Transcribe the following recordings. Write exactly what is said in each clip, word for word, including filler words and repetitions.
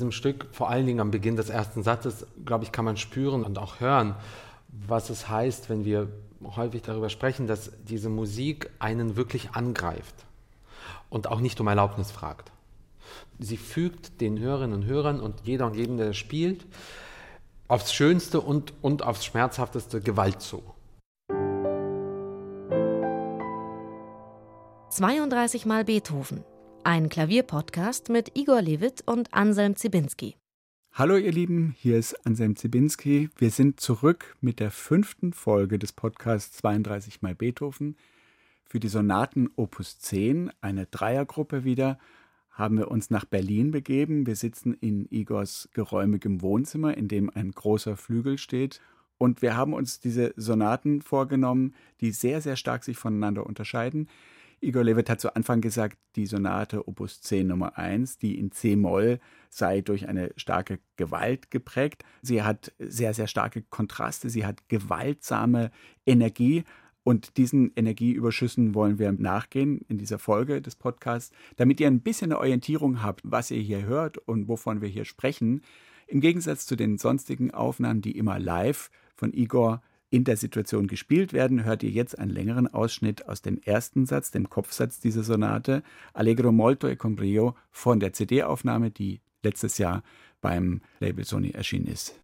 diesem Stück, vor allen Dingen am Beginn des ersten Satzes, glaube ich, kann man spüren und auch hören, was es heißt, wenn wir häufig darüber sprechen, dass diese Musik einen wirklich angreift und auch nicht um Erlaubnis fragt. Sie fügt den Hörerinnen und Hörern und jeder und jedem, der spielt, aufs Schönste und, und aufs Schmerzhafteste Gewalt zu. zweiunddreißig Mal Beethoven. Ein Klavierpodcast mit Igor Levit und Anselm Zibinski. Hallo ihr Lieben, hier ist Anselm Zibinski. Wir sind zurück mit der fünften Folge des Podcasts zweiunddreißig Mal Beethoven. Für die Sonaten Opus zehn, eine Dreiergruppe wieder, haben wir uns nach Berlin begeben. Wir sitzen in Igors geräumigem Wohnzimmer, in dem ein großer Flügel steht. Und wir haben uns diese Sonaten vorgenommen, die sehr, sehr stark sich voneinander unterscheiden. Igor Levit hat zu Anfang gesagt, die Sonate Opus zehn Nummer eins, die in C-Moll, sei durch eine starke Gewalt geprägt. Sie hat sehr, sehr starke Kontraste, sie hat gewaltsame Energie. Und diesen Energieüberschüssen wollen wir nachgehen in dieser Folge des Podcasts, damit ihr ein bisschen eine Orientierung habt, was ihr hier hört und wovon wir hier sprechen. Im Gegensatz zu den sonstigen Aufnahmen, die immer live von Igor in der Situation gespielt werden, hört ihr jetzt einen längeren Ausschnitt aus dem ersten Satz, dem Kopfsatz dieser Sonate, Allegro molto e con brio, von der C D-Aufnahme, die letztes Jahr beim Label Sony erschienen ist.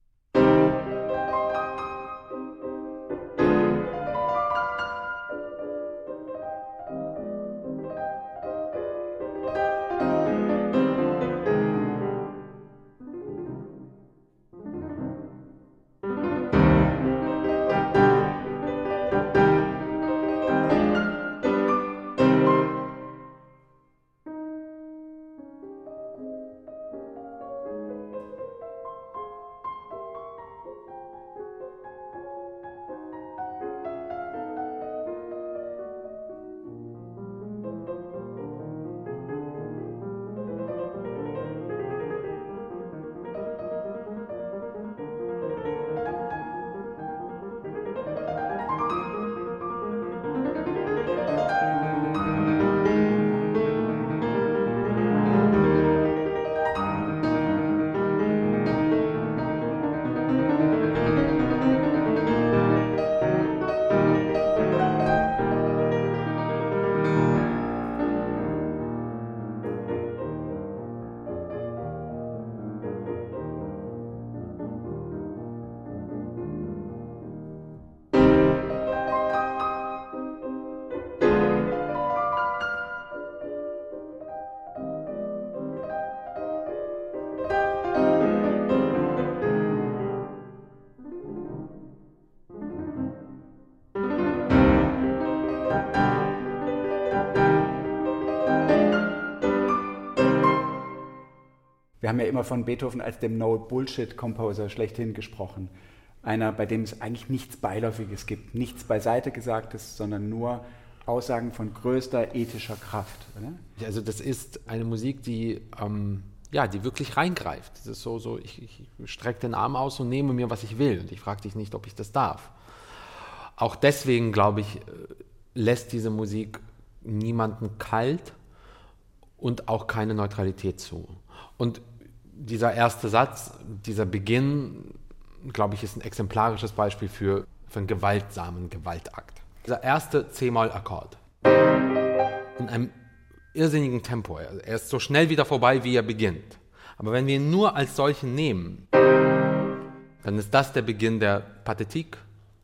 Wir haben ja immer von Beethoven als dem No-Bullshit-Composer schlechthin gesprochen. Einer, bei dem es eigentlich nichts Beiläufiges gibt, nichts beiseite Gesagtes, sondern nur Aussagen von größter ethischer Kraft. Oder? Also das ist eine Musik, die, ähm, ja, die wirklich reingreift. Das ist so, so ich, ich strecke den Arm aus und nehme mir, was ich will. Und ich frage dich nicht, ob ich das darf. Auch deswegen, glaube ich, lässt diese Musik niemanden kalt und auch keine Neutralität zu. Und dieser erste Satz, dieser Beginn, glaube ich, ist ein exemplarisches Beispiel für, für einen gewaltsamen Gewaltakt. Dieser erste C-Moll-Akkord in einem irrsinnigen Tempo. Er ist so schnell wieder vorbei, wie er beginnt. Aber wenn wir ihn nur als solchen nehmen, dann ist das der Beginn der Pathetik.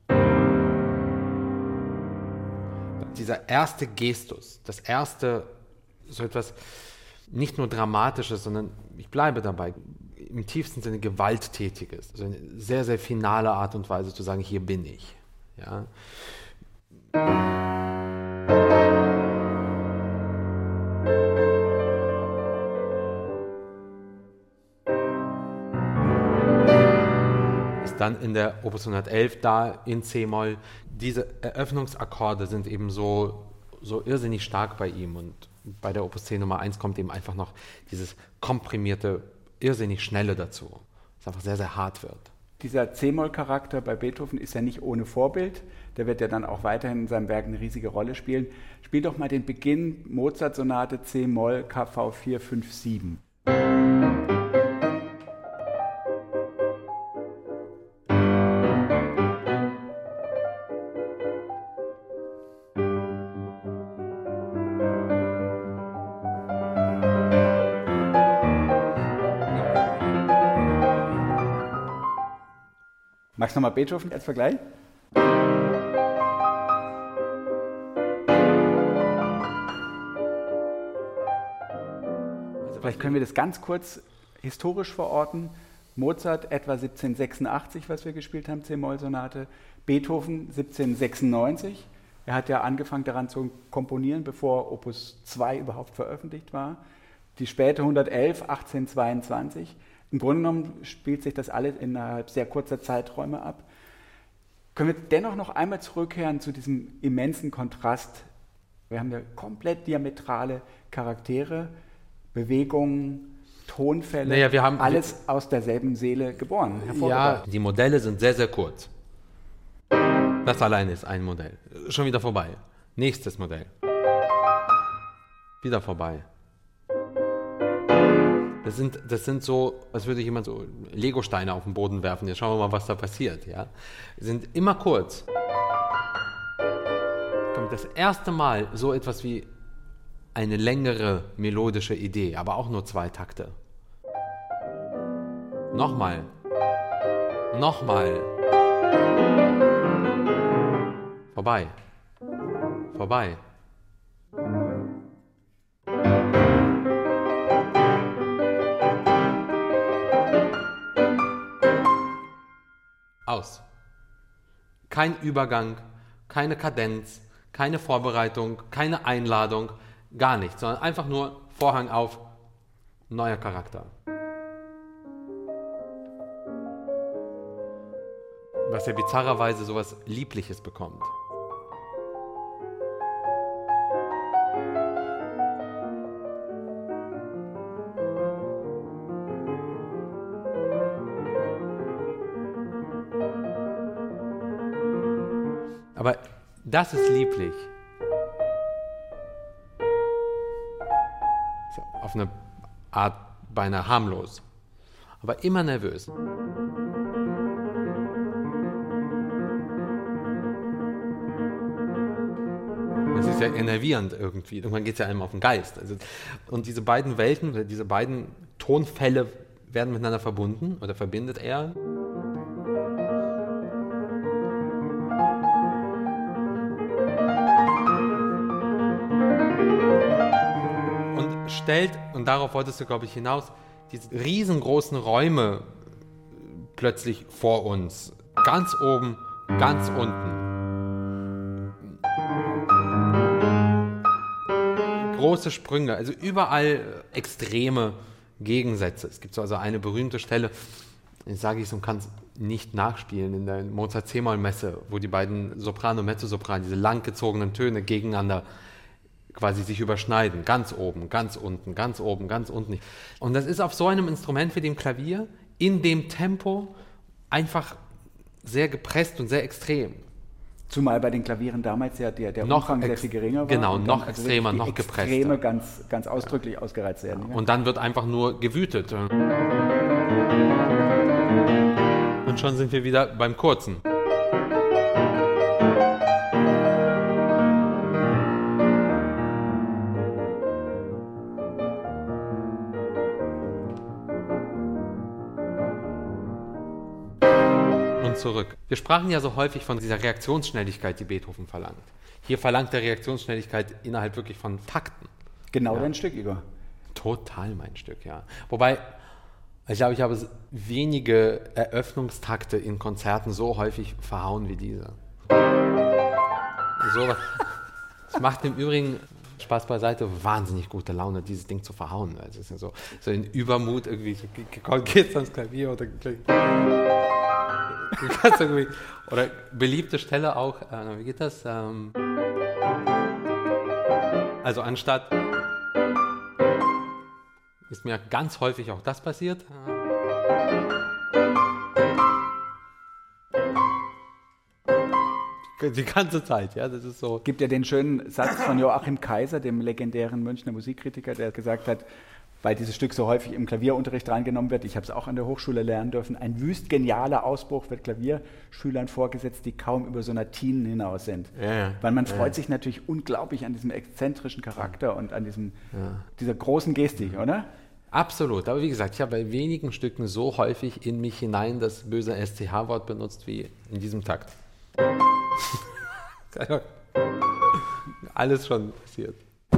Dieser erste Gestus, das erste, so etwas nicht nur Dramatisches, sondern, ich bleibe dabei, im tiefsten Sinne Gewalttätiges. Also eine sehr, sehr finale Art und Weise zu sagen, hier bin ich. Ja. Ist dann in der Opus hundertelf da in C-Moll. Diese Eröffnungsakkorde sind eben so, so irrsinnig stark bei ihm, und bei der Opus zehn Nummer eins kommt eben einfach noch dieses komprimierte, irrsinnig schnelle dazu, das einfach sehr, sehr hart wird. Dieser C-Moll-Charakter bei Beethoven ist ja nicht ohne Vorbild. Der wird ja dann auch weiterhin in seinem Werk eine riesige Rolle spielen. Spiel doch mal den Beginn Mozart-Sonate C-Moll K V vier fünf sieben. Magst du nochmal Beethoven als Vergleich? Also vielleicht können wir das ganz kurz historisch verorten. Mozart etwa siebzehnhundertsechsundachtzig, was wir gespielt haben, C-Moll-Sonate. Beethoven siebzehnhundertsechsundneunzig. Er hat ja angefangen daran zu komponieren, bevor Opus zwei überhaupt veröffentlicht war. Die späte hundertelf, achtzehnhundertzweiundzwanzig. Im Grunde genommen spielt sich das alles innerhalb sehr kurzer Zeiträume ab. Können wir dennoch noch einmal zurückkehren zu diesem immensen Kontrast? Wir haben ja komplett diametrale Charaktere, Bewegungen, Tonfälle, naja, wir haben alles aus derselben Seele geboren. Ja, die Modelle sind sehr, sehr kurz. Das alleine ist ein Modell. Schon wieder vorbei. Nächstes Modell. Wieder vorbei. Das sind, das sind so, als würde jemand so Legosteine auf den Boden werfen. Jetzt schauen wir mal, was da passiert. Ja? Sind immer kurz. Kommt das erste Mal so etwas wie eine längere melodische Idee, aber auch nur zwei Takte. Nochmal. Nochmal. Vorbei. Vorbei. Aus. Kein Übergang, keine Kadenz, keine Vorbereitung, keine Einladung, gar nichts, sondern einfach nur Vorhang auf, neuer Charakter. Was ja bizarrerweise sowas Liebliches bekommt. Aber das ist lieblich. So, auf eine Art beinahe harmlos. Aber immer nervös. Das ist ja enervierend irgendwie. Irgendwann geht es ja einem auf den Geist. Also, und diese beiden Welten, diese beiden Tonfälle werden miteinander verbunden oder verbindet er. Stellt, und darauf wolltest du, glaube ich, hinaus, diese riesengroßen Räume plötzlich vor uns. Ganz oben, ganz unten. Große Sprünge, also überall extreme Gegensätze. Es gibt so also eine berühmte Stelle, ich sage ich es und kann es nicht nachspielen, in der Mozart-C-Moll-Messe, wo die beiden Sopran und Mezzosopran, diese langgezogenen Töne gegeneinander quasi sich überschneiden, ganz oben, ganz unten, ganz oben, ganz unten. Und das ist auf so einem Instrument wie dem Klavier in dem Tempo einfach sehr gepresst und sehr extrem. Zumal bei den Klavieren damals ja der, der Umfang sehr viel geringer war. Genau, noch also extremer, noch gepresster. Extreme ganz, ganz ausdrücklich ja. ausgereizt werden. Ja. Und dann wird einfach nur gewütet. Und schon sind wir wieder beim Kurzen. Zurück. Wir sprachen ja so häufig von dieser Reaktionsschnelligkeit, die Beethoven verlangt. Hier verlangt er Reaktionsschnelligkeit innerhalb wirklich von Takten. Genau ja. dein Stück, Igor. Total mein Stück, ja. Wobei, ich glaube, ich habe wenige Eröffnungstakte in Konzerten so häufig verhauen wie diese. So, es macht im Übrigen, Spaß beiseite, wahnsinnig gute Laune, dieses Ding zu verhauen. Also es ist ja so, so in Übermut irgendwie, so, geht's ans Klavier oder oder beliebte Stelle auch, äh, wie geht das? Ähm, also anstatt, ist mir ganz häufig auch das passiert. Die ganze Zeit, ja, das ist so. Gibt ja den schönen Satz von Joachim Kaiser, dem legendären Münchner Musikkritiker, der gesagt hat, weil dieses Stück so häufig im Klavierunterricht reingenommen wird, ich habe es auch an der Hochschule lernen dürfen, ein wüst genialer Ausbruch wird Klavierschülern vorgesetzt, die kaum über Sonatinen hinaus sind. Ja, ja, weil man freut ja. sich natürlich unglaublich an diesem exzentrischen Charakter und an diesem, ja. dieser großen Gestik, oder? Absolut, aber wie gesagt, ich habe bei wenigen Stücken so häufig in mich hinein das böse S C H-Wort benutzt wie in diesem Takt. Alles schon passiert.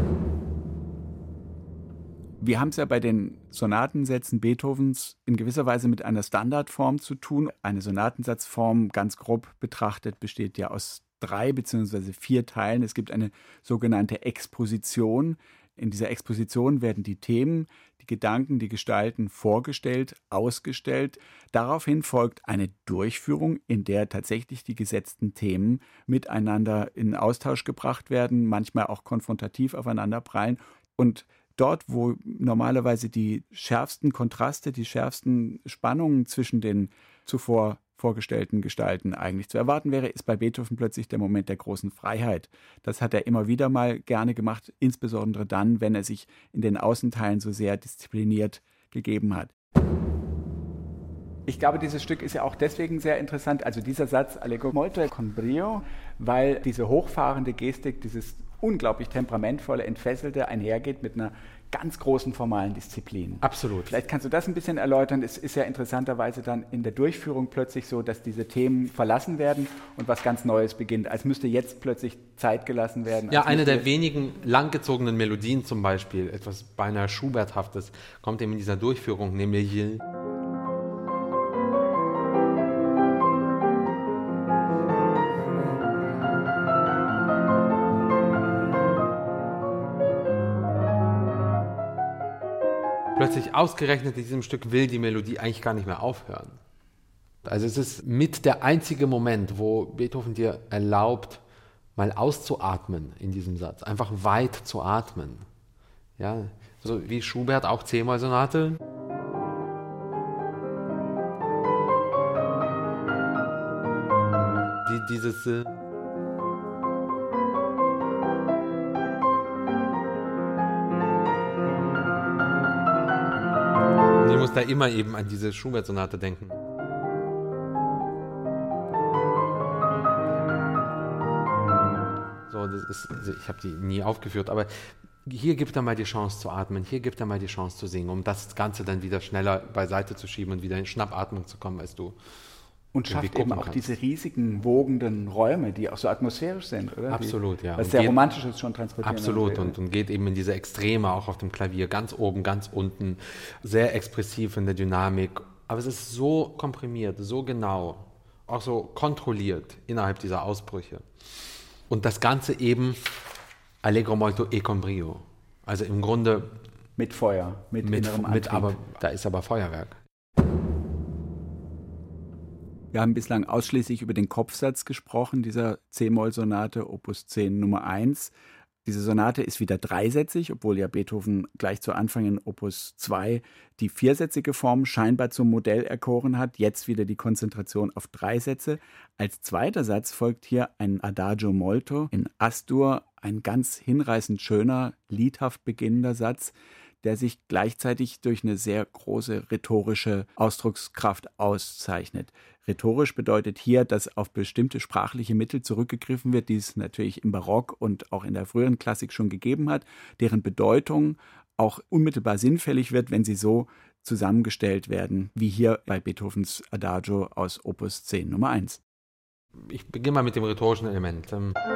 Wir haben es ja bei den Sonatensätzen Beethovens in gewisser Weise mit einer Standardform zu tun. Eine Sonatensatzform, ganz grob betrachtet, besteht ja aus drei bzw. vier Teilen. Es gibt eine sogenannte Exposition. In dieser Exposition werden die Themen, die Gedanken, die Gestalten vorgestellt, ausgestellt. Daraufhin folgt eine Durchführung, in der tatsächlich die gesetzten Themen miteinander in Austausch gebracht werden, manchmal auch konfrontativ aufeinanderprallen. Und dort, wo normalerweise die schärfsten Kontraste, die schärfsten Spannungen zwischen den zuvor vorgestellten Gestalten eigentlich zu erwarten wäre, ist bei Beethoven plötzlich der Moment der großen Freiheit. Das hat er immer wieder mal gerne gemacht, insbesondere dann, wenn er sich in den Außenteilen so sehr diszipliniert gegeben hat. Ich glaube, dieses Stück ist ja auch deswegen sehr interessant, also dieser Satz Allegro molto con brio, weil diese hochfahrende Gestik, dieses unglaublich temperamentvolle, entfesselte einhergeht mit einer ganz großen formalen Disziplin. Absolut. Vielleicht kannst du das ein bisschen erläutern. Es ist ja interessanterweise dann in der Durchführung plötzlich so, dass diese Themen verlassen werden und was ganz Neues beginnt. Als müsste jetzt plötzlich Zeit gelassen werden. Ja, eine der wenigen langgezogenen Melodien zum Beispiel, etwas beinahe Schuberthaftes, kommt eben in dieser Durchführung, nämlich plötzlich ausgerechnet in diesem Stück will die Melodie eigentlich gar nicht mehr aufhören. Also es ist mit der einzige Moment, wo Beethoven dir erlaubt, mal auszuatmen in diesem Satz, einfach weit zu atmen. Ja, so wie Schubert auch C-Moll-Sonate. Die, dieses äh, ich muss da immer eben an diese Schubert-Sonate denken. So, das ist, also ich habe die nie aufgeführt, aber hier gibt er mal die Chance zu atmen, hier gibt er mal die Chance zu singen, um das Ganze dann wieder schneller beiseite zu schieben und wieder in Schnappatmung zu kommen, als du und schafft eben auch kannst. Diese riesigen, wogenden Räume, die auch so atmosphärisch sind, oder? Absolut, ja. Was sehr geht, Romantisches schon transportieren. Absolut, und, und geht eben in diese Extreme, auch auf dem Klavier, ganz oben, ganz unten, sehr expressiv in der Dynamik. Aber es ist so komprimiert, so genau, auch so kontrolliert innerhalb dieser Ausbrüche. Und das Ganze eben Allegro molto e con brio. Also im Grunde mit Feuer, mit, mit innerem Antrieb. Mit aber, da ist aber Feuerwerk. Wir haben bislang ausschließlich über den Kopfsatz gesprochen, dieser C-Moll-Sonate, Opus zehn Nummer eins. Diese Sonate ist wieder dreisätzig, obwohl ja Beethoven gleich zu Anfang in Opus zwei die viersätzige Form scheinbar zum Modell erkoren hat. Jetzt wieder die Konzentration auf drei Sätze. Als zweiter Satz folgt hier ein Adagio molto in As-Dur, ein ganz hinreißend schöner, liedhaft beginnender Satz, der sich gleichzeitig durch eine sehr große rhetorische Ausdruckskraft auszeichnet. Rhetorisch bedeutet hier, dass auf bestimmte sprachliche Mittel zurückgegriffen wird, die es natürlich im Barock und auch in der früheren Klassik schon gegeben hat, deren Bedeutung auch unmittelbar sinnfällig wird, wenn sie so zusammengestellt werden, wie hier bei Beethovens Adagio aus Opus zehn Nummer eins. Ich beginne mal mit dem rhetorischen Element.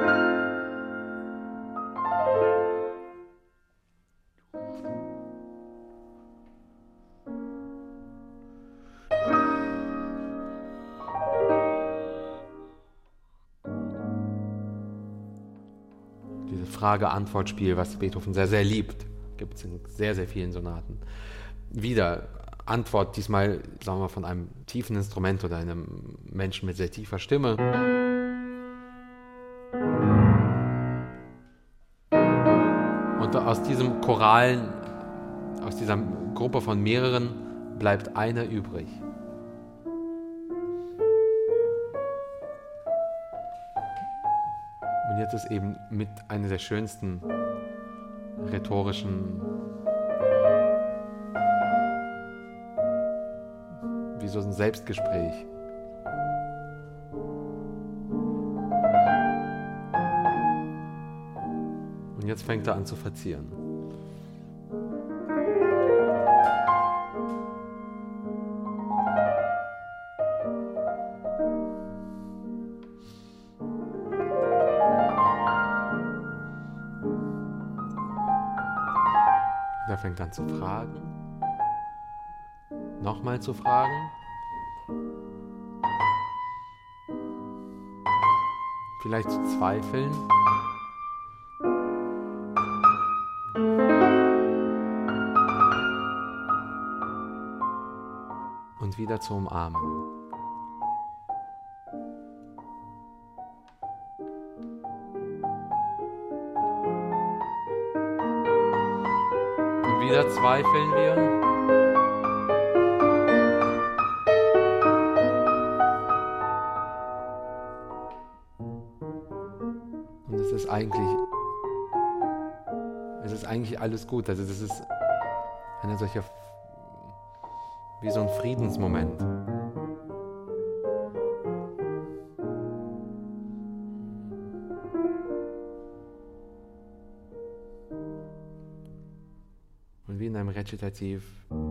Frage-Antwort-Spiel, was Beethoven sehr, sehr liebt. Gibt es in sehr, sehr vielen Sonaten. Wieder Antwort, diesmal, sagen wir mal, von einem tiefen Instrument oder einem Menschen mit sehr tiefer Stimme. Und aus diesem Choralen, aus dieser Gruppe von mehreren, bleibt einer übrig. Und jetzt ist eben mit einer der schönsten rhetorischen, wie so ein Selbstgespräch. Und jetzt fängt er an zu verzieren. fängt an zu fragen, nochmal zu fragen. Vielleicht zu zweifeln. Und wieder zu umarmen. Und wieder zweifeln wir. Eigentlich, es ist eigentlich alles gut. Also das ist eine solche, wie so ein Friedensmoment. Und wie in einem Rezitativ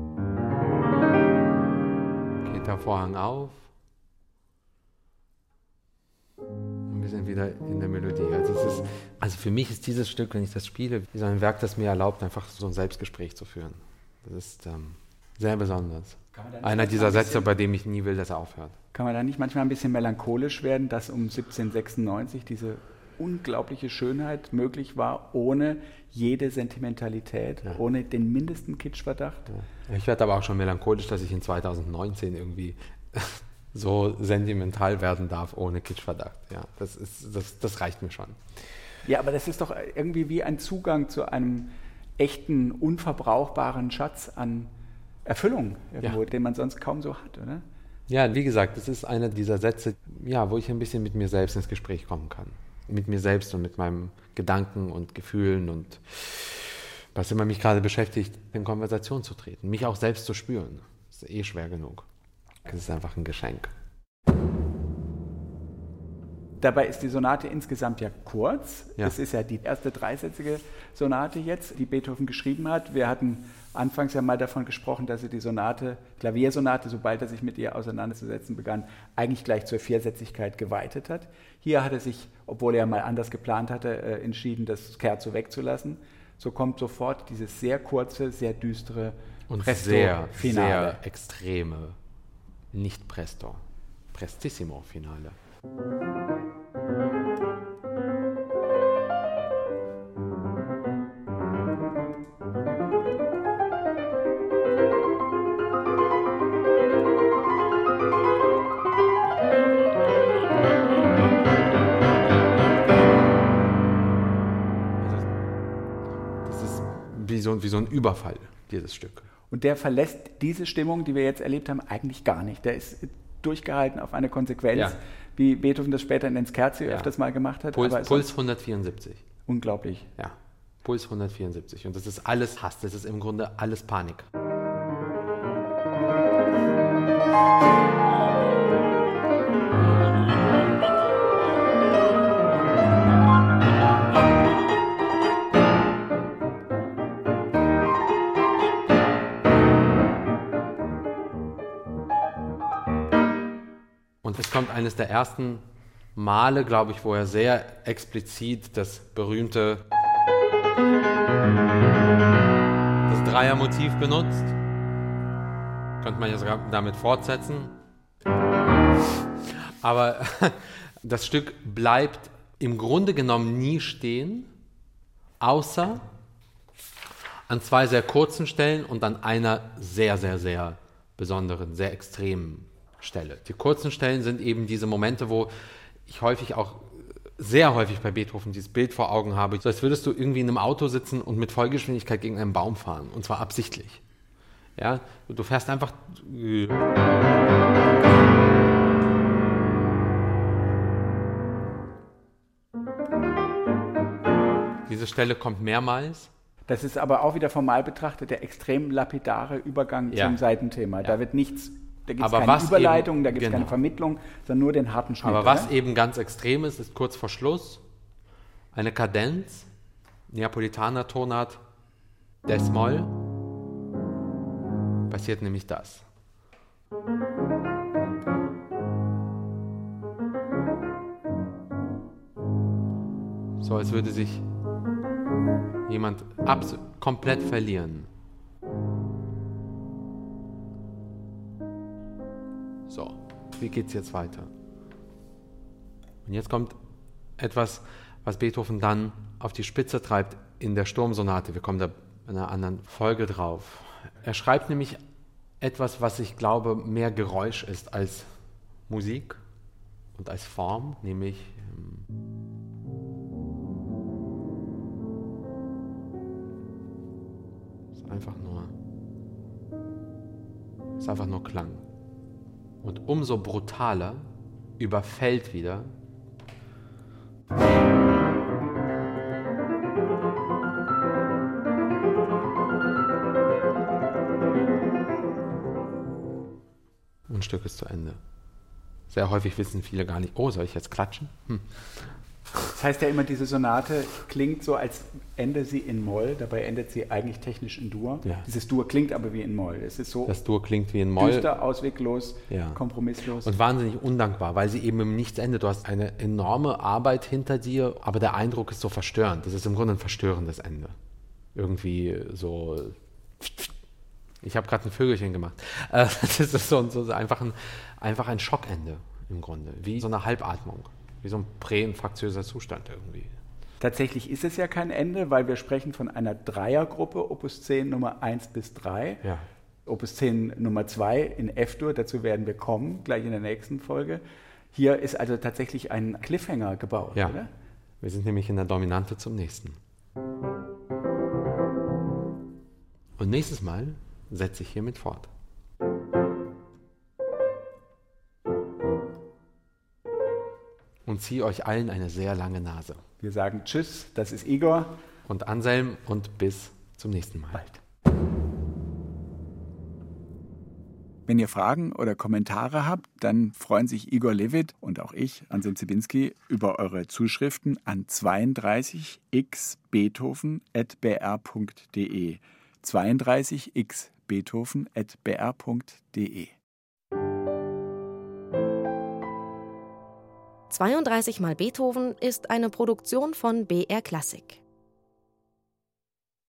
geht der Vorhang auf. Sind wieder in der Melodie. Also, es ist, also für mich ist dieses Stück, wenn ich das spiele, wie so ein Werk, das mir erlaubt, einfach so ein Selbstgespräch zu führen. Das ist ähm, sehr besonders. Einer dieser Sätze, bei dem ich nie will, dass er aufhört. Kann man da nicht manchmal ein bisschen melancholisch werden, dass um siebzehnhundertsechsundneunzig diese unglaubliche Schönheit möglich war, ohne jede Sentimentalität, ja. ohne den mindesten Kitschverdacht? Ja. Ich werde aber auch schon melancholisch, dass ich in zweitausendneunzehn irgendwie so sentimental werden darf, ohne Kitschverdacht. Ja, das, ist, das, das reicht mir schon. Ja, aber das ist doch irgendwie wie ein Zugang zu einem echten, unverbrauchbaren Schatz an Erfüllung, irgendwo, ja. den man sonst kaum so hat, oder? Ja, wie gesagt, das ist einer dieser Sätze, ja, wo ich ein bisschen mit mir selbst ins Gespräch kommen kann. Mit mir selbst und mit meinen Gedanken und Gefühlen und was immer mich gerade beschäftigt, in Konversation zu treten. Mich auch selbst zu spüren. Das ist eh schwer genug. Es ist einfach ein Geschenk. Dabei ist die Sonate insgesamt ja kurz. Ja. Es ist ja die erste dreisätzige Sonate jetzt, die Beethoven geschrieben hat. Wir hatten anfangs ja mal davon gesprochen, dass er die Sonate, Klaviersonate, sobald er sich mit ihr auseinanderzusetzen begann, eigentlich gleich zur Viersätzigkeit geweitet hat. Hier hat er sich, obwohl er mal anders geplant hatte, entschieden, das Scherzo wegzulassen. So kommt sofort dieses sehr kurze, sehr düstere und sehr, sehr extreme, nicht Presto, Prestissimo Finale. Das ist wie so, wie so ein Überfall, dieses Stück. Und der verlässt diese Stimmung, die wir jetzt erlebt haben, eigentlich gar nicht. Der ist durchgehalten auf eine Konsequenz, ja. wie Beethoven das später in den Scherzi ja. öfters mal gemacht hat. Puls, Puls hundertvierundsiebzig. Unglaublich. Ja, Puls hundertvierundsiebzig. Und das ist alles Hass, das ist im Grunde alles Panik. Und es kommt eines der ersten Male, glaube ich, wo er sehr explizit das berühmte das Dreiermotiv benutzt. Könnte man ja sogar damit fortsetzen. Aber das Stück bleibt im Grunde genommen nie stehen, außer an zwei sehr kurzen Stellen und an einer sehr, sehr, sehr besonderen, sehr extremen Stelle. Die kurzen Stellen sind eben diese Momente, wo ich häufig auch, sehr häufig bei Beethoven dieses Bild vor Augen habe, so als würdest du irgendwie in einem Auto sitzen und mit Vollgeschwindigkeit gegen einen Baum fahren, und zwar absichtlich. Ja, du fährst einfach. Diese Stelle kommt mehrmals. Das ist aber auch wieder formal betrachtet der extrem lapidare Übergang ja. zum Seitenthema. Ja. Da wird nichts. Da gibt es keine Überleitung, eben, da gibt es genau. keine Vermittlung, sondern nur den harten Schnitt. Aber was oder? eben ganz extrem ist, ist kurz vor Schluss eine Kadenz, Neapolitaner Tonart, Des-Moll, passiert nämlich das. So, als würde sich jemand abs- komplett verlieren So, wie geht's jetzt weiter? Und jetzt kommt etwas, was Beethoven dann auf die Spitze treibt in der Sturmsonate. Wir kommen da in einer anderen Folge drauf. Er schreibt nämlich etwas, was ich glaube, mehr Geräusch ist als Musik und als Form, nämlich ähm, ist einfach nur ist einfach nur Klang. Und umso brutaler überfällt wieder ein Stück ist zu Ende. Sehr häufig wissen viele gar nicht, oh, soll ich jetzt klatschen? Hm. Das heißt ja immer, diese Sonate klingt so, als ende sie in Moll, dabei endet sie eigentlich technisch in Dur. Ja. Dieses Dur klingt aber wie in Moll. Es ist so das Dur klingt wie in Moll. Düster, ausweglos, ja. kompromisslos. Und wahnsinnig undankbar, weil sie eben im Nichts endet. Du hast eine enorme Arbeit hinter dir, aber der Eindruck ist so verstörend. Das ist im Grunde ein verstörendes Ende. Irgendwie so... Ich habe gerade ein Vögelchen gemacht. Das ist so, so einfach, ein, einfach ein Schockende im Grunde, wie so eine Halbatmung, wie so ein präinfraktiöser Zustand irgendwie. Tatsächlich ist es ja kein Ende, weil wir sprechen von einer Dreiergruppe, Opus zehn Nummer eins bis drei. Ja. Opus zehn Nummer zwei in F-Dur, dazu werden wir kommen, gleich in der nächsten Folge. Hier ist also tatsächlich ein Cliffhanger gebaut, ja. oder? Wir sind nämlich in der Dominante zum nächsten. Und nächstes Mal setze ich hiermit fort. Und ziehe euch allen eine sehr lange Nase. Wir sagen Tschüss, das ist Igor. Und Anselm und bis zum nächsten Mal. Bald. Wenn ihr Fragen oder Kommentare habt, dann freuen sich Igor Levit und auch ich, Anselm Ziebinski, über eure Zuschriften an zweiunddreißig x beethoven at b r punkt d e. zweiunddreißig x beethoven at b r punkt d e. zweiunddreißig mal Beethoven ist eine Produktion von B R Klassik.